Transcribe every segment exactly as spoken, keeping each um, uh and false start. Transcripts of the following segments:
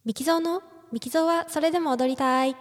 ミキゾーのミキゾーはそれでも踊りたい。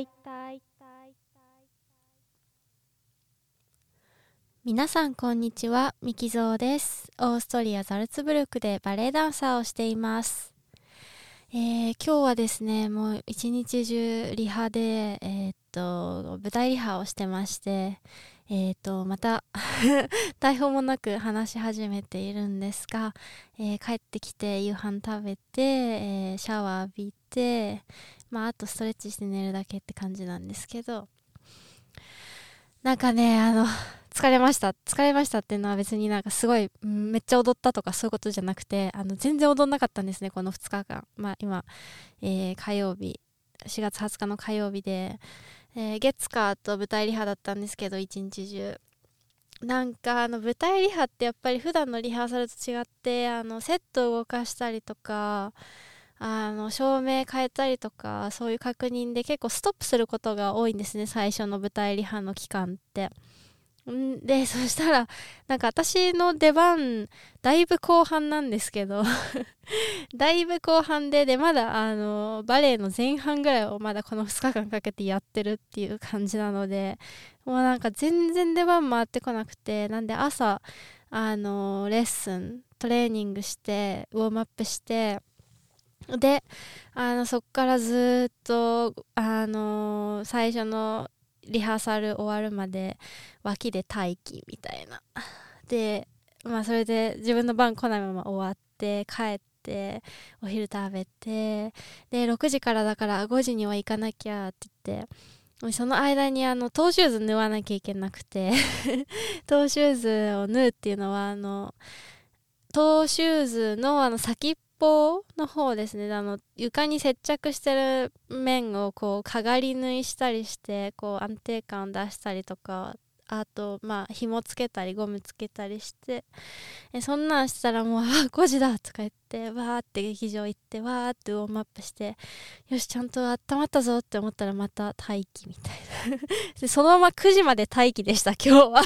皆さんこんにちは、ミキゾーです。オーストリアザルツブルクでバレエダンサーをしています。えー、今日はですね、もう一日中リハで、えーっと舞台リハをしてまして、えーっとまた台本もなく話し始めているんですが、えー帰ってきて夕飯食べて、えーシャワー浴びて、まあ、あとストレッチして寝るだけって感じなんですけど、なんかね、あの疲れました疲れましたっていうのは別になんかすごい、うん、めっちゃ踊ったとかそういうことじゃなくて、あの全然踊んなかったんですね、このふつかかん。まあ今、えー火曜日、しがつはつかの火曜日で、えー月火と舞台リハだったんですけど、一日中なんかあの舞台リハってやっぱり普段のリハーサルと違って、あのセットを動かしたりとか、あの照明変えたりとか、そういう確認で結構ストップすることが多いんですね、最初の舞台リハの期間って。んで、そしたらなんか私の出番だいぶ後半なんですけどだいぶ後半で、でまだあのバレエの前半ぐらいをまだこのふつかかんかけてやってるっていう感じなので、もうなんか全然出番回ってこなくて、なんで朝あのレッスントレーニングしてウォームアップして、であのそっからずっとあの最初のリハーサル終わるまで脇で待機みたいな。でまあそれで自分の番来ないまま終わって帰ってお昼食べて、でろくじからだからごじには行かなきゃって言って、その間にあのトーシューズ縫わなきゃいけなくてトーシューズを縫うっていうのは、あのトーシューズのあの先っぽの方ですね、あの床に接着してる面をこうかがり縫いしたりして、こう安定感を出したりとか、あとまあ紐つけたりゴムつけたりして、えそんなんしてたらもうあごじだとか言って、わーって劇場行ってわーってウォームアップして、よしちゃんと温まったぞって思ったらまた待機みたいなでそのままくじまで待機でした今日は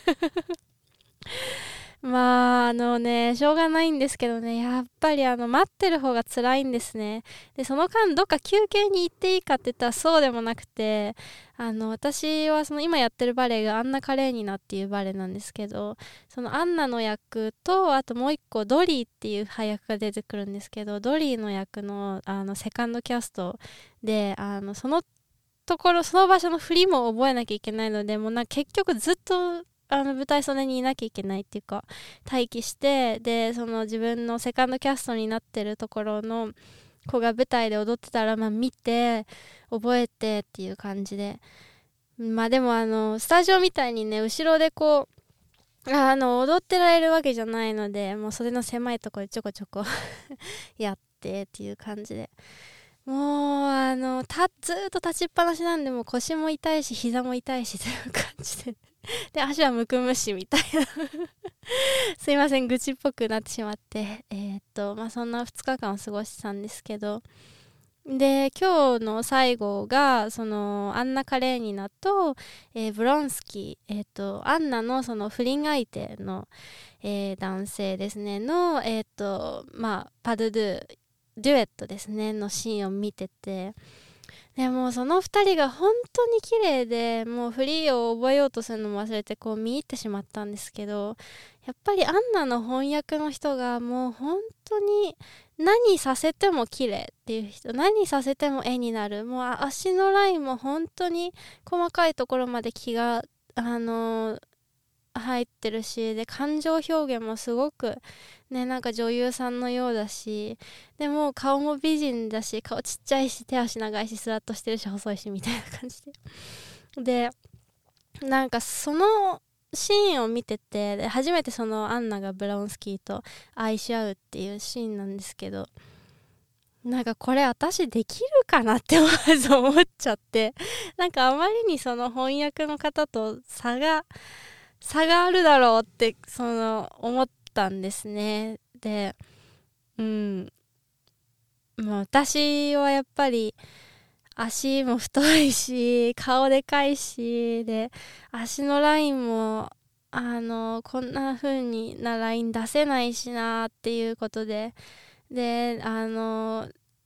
まあ、あのね、しょうがないんですけどね、やっぱりあの、待ってる方が辛いんですね。で、その間、どっか休憩に行っていいかって言ったらそうでもなくて、あの、私はその今やってるバレエがアンナ・カレーニナっていうバレエなんですけど、そのアンナの役と、あともう一個ドリーっていう配役が出てくるんですけど、ドリーの役の、あの、セカンドキャストで、あの、そのところ、その場所の振りも覚えなきゃいけないので、もうなんか結局ずっと、あの舞台袖にいなきゃいけないっていうか、待機して、でその自分のセカンドキャストになってるところの子が舞台で踊ってたら、まあ見て覚えてっていう感じで、まあでもあのスタジオみたいにね、後ろでこうあの踊ってられるわけじゃないので、もう袖の狭いところでちょこちょこやってっていう感じで、もうあのたずーっと立ちっぱなしなんで、もう腰も痛いし膝も痛いしという感じでで足はむくむしみたいなすいません、愚痴っぽくなってしまって、えーっとまあそんなふつかかんを過ごしてたんですけど、で今日の最後がそのアンナ・カレーニナと、えーブロンスキー、えーっとアンナのその不倫相手の、えー男性ですねの、えーっとまあパドゥドゥデュエットですねのシーンを見てて、でもそのふたりが本当に綺麗で、もうフリーを覚えようとするのも忘れてこう見入ってしまったんですけど、やっぱりアンナの翻訳の人がもう本当に何させても綺麗っていう人、何させても絵になる、もう足のラインも本当に細かいところまで気があのー入ってるし、で感情表現もすごくね、なんか女優さんのようだし、でも顔も美人だし、顔ちっちゃいし、手足長いし、スラッとしてるし、細いしみたいな感じで、でなんかそのシーンを見てて、で初めてそのアンナがブラウンスキーと愛し合うっていうシーンなんですけど、なんかこれ私できるかなってまず思っちゃって、なんかあまりにその翻訳の方と差が差があるだろうってその思ったんですね。で、うん、もう私はやっぱり足も太いし、顔でかいし、で足のラインもあのこんな風になライン出せないしなっていうことで、であの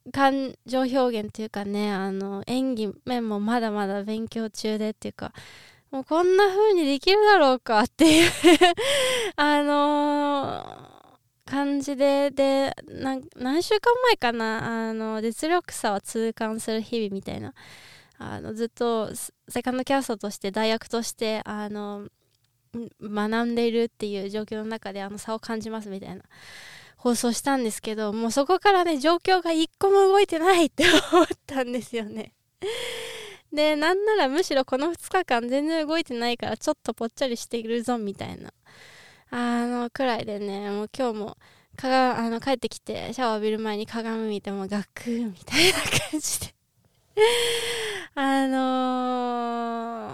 感情表現というかね、あの演技面もまだまだ勉強中でっていうか、もうこんな風にできるだろうかっていうあのー感じで、でな何週間前かな、あの実力差を痛感する日々みたいな、あのずっとセカンドキャストとして大学としてあの学んでいるっていう状況の中であの差を感じますみたいな放送したんですけど、もうそこからね状況が一個も動いてないって思ったんですよね。でなんならむしろこのふつかかん全然動いてないからちょっとぽっちゃりしているぞみたいなあのくらいでね、もう今日もかがあの帰ってきてシャワー浴びる前に鏡見てもガクーみたいな感じであの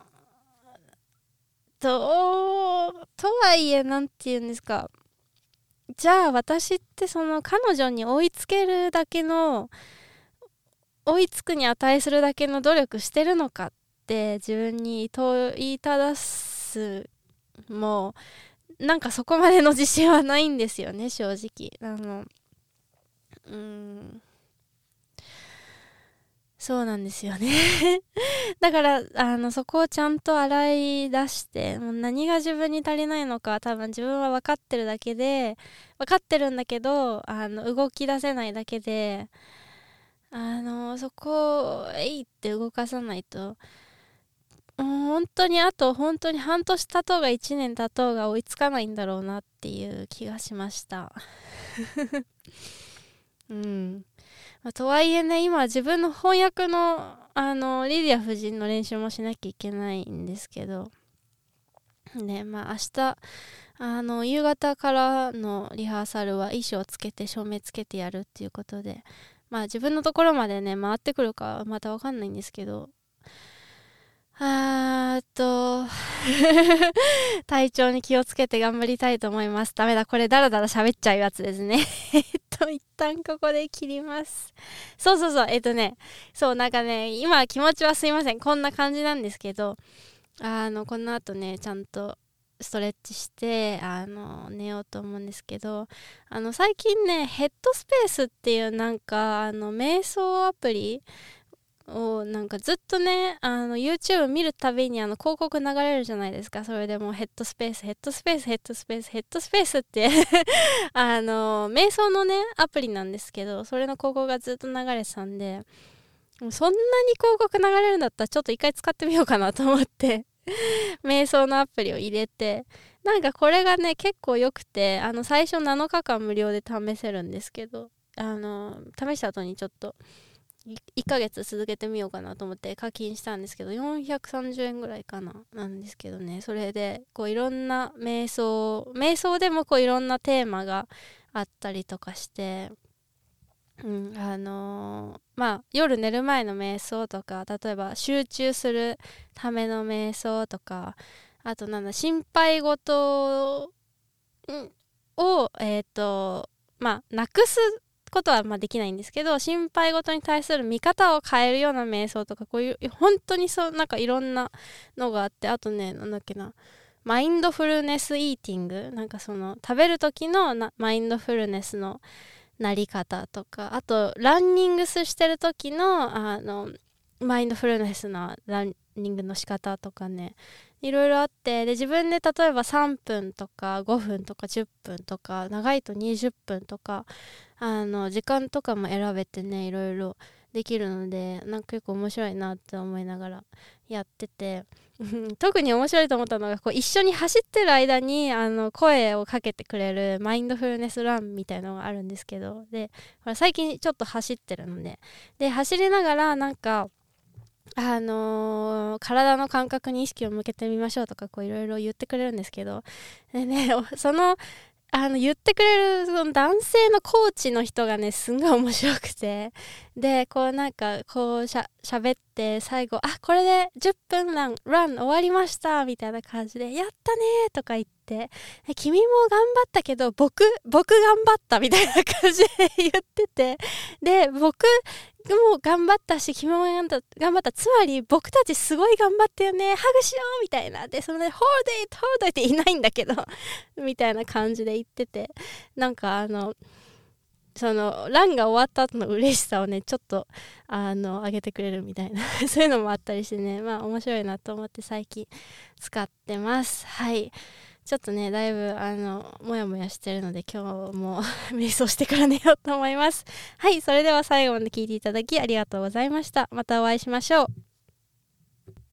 ー、ととはいえなんて言うんですか、じゃあ私ってその彼女に追いつけるだけの追いつくに値するだけの努力してるのかって自分に問いただすもうなんかそこまでの自信はないんですよね、正直。あのうーんそうなんですよねだからあのそこをちゃんと洗い出して、もう何が自分に足りないのか多分自分は分かってるだけで分かってるんだけどあの動き出せないだけで、あのそこをえいって動かさないと、もう本当にあと本当に半年経とうがいちねん経とうが追いつかないんだろうなっていう気がしましたうんまあ、とはいえね、今自分の翻訳のあのリディア夫人の練習もしなきゃいけないんですけどね、まあ明日あの夕方からのリハーサルは衣装つけて照明つけてやるっていうことで、まあ自分のところまでね回ってくるかまたわかんないんですけど、あーっと体調に気をつけて頑張りたいと思います。ダメだ、これダラダラ喋っちゃうやつですねえっと一旦ここで切ります。そうそうそう、えっとねそうなんかね今気持ちはすいませんこんな感じなんですけど、あのこの後ねちゃんとストレッチしてあの寝ようと思うんですけど、あの最近ねヘッドスペースっていうなんかあの瞑想アプリをなんかずっとねあの YouTube 見るたびにあの広告流れるじゃないですか。それでもうヘッドスペースヘッドスペースヘッドスペースヘッドスペースってあの瞑想のねアプリなんですけど、それの広告がずっと流れてたんで、もうそんなに広告流れるんだったらちょっと一回使ってみようかなと思って瞑想のアプリを入れて、なんかこれがね結構良くて、あの最初なのかかん無料で試せるんですけど、あの試した後にちょっといっかげつ続けてみようかなと思って課金したんですけど、よんひゃくさんじゅうえんぐらいかななんですけどね、それでこういろんな瞑想瞑想でもこういろんなテーマがあったりとかして、うんあのー、まあ夜寝る前の瞑想とか、例えば集中するための瞑想とか、あとなんだ心配事をえっ、ー、とまあなくすことはまあできないんですけど、心配事に対する見方を変えるような瞑想とか、こういう本当にそうなんかいろんなのがあって、あとねなんだっけなマインドフルネスイーティング、なんかその食べる時のなマインドフルネスのなり方とか、あとランニングしてる時のあのマインドフルネスなランニングの仕方とかね、いろいろあって、で自分で例えばさんぷんとかごふんとかじゅっぷんとか長いとにじゅっぷんとかあの時間とかも選べてねいろいろできるので、なんか結構面白いなって思いながらやってて特に面白いと思ったのがこう一緒に走ってる間にあの声をかけてくれるマインドフルネスランみたいなのがあるんですけど、でほら最近ちょっと走ってるのでで走りながらなんかあのー、体の感覚に意識を向けてみましょうとかこういろいろ言ってくれるんですけど、でねそのあの言ってくれるその男性のコーチの人がねすんごい面白くて、でこうなんかこうしゃ喋って最後あこれでじゅっぷんランラン終わりましたみたいな感じでやったねとか言って、君も頑張ったけど僕僕頑張ったみたいな感じで言ってて、で僕も頑張ったし君も頑張った、頑張ったつまり僕たちすごい頑張ったよねハグしようみたいな、でそのね hold it hold it っていないんだけどみたいな感じで言ってて、なんかあのそのランが終わった後の嬉しさをねちょっとあの上げてくれるみたいなそういうのもあったりしてね、まあ面白いなと思って最近使ってます。はい、ちょっとねだいぶあのもやもやしてるので今日も瞑想してから寝ようと思います。はい、それでは最後まで聞いていただきありがとうございました。またお会いしましょう。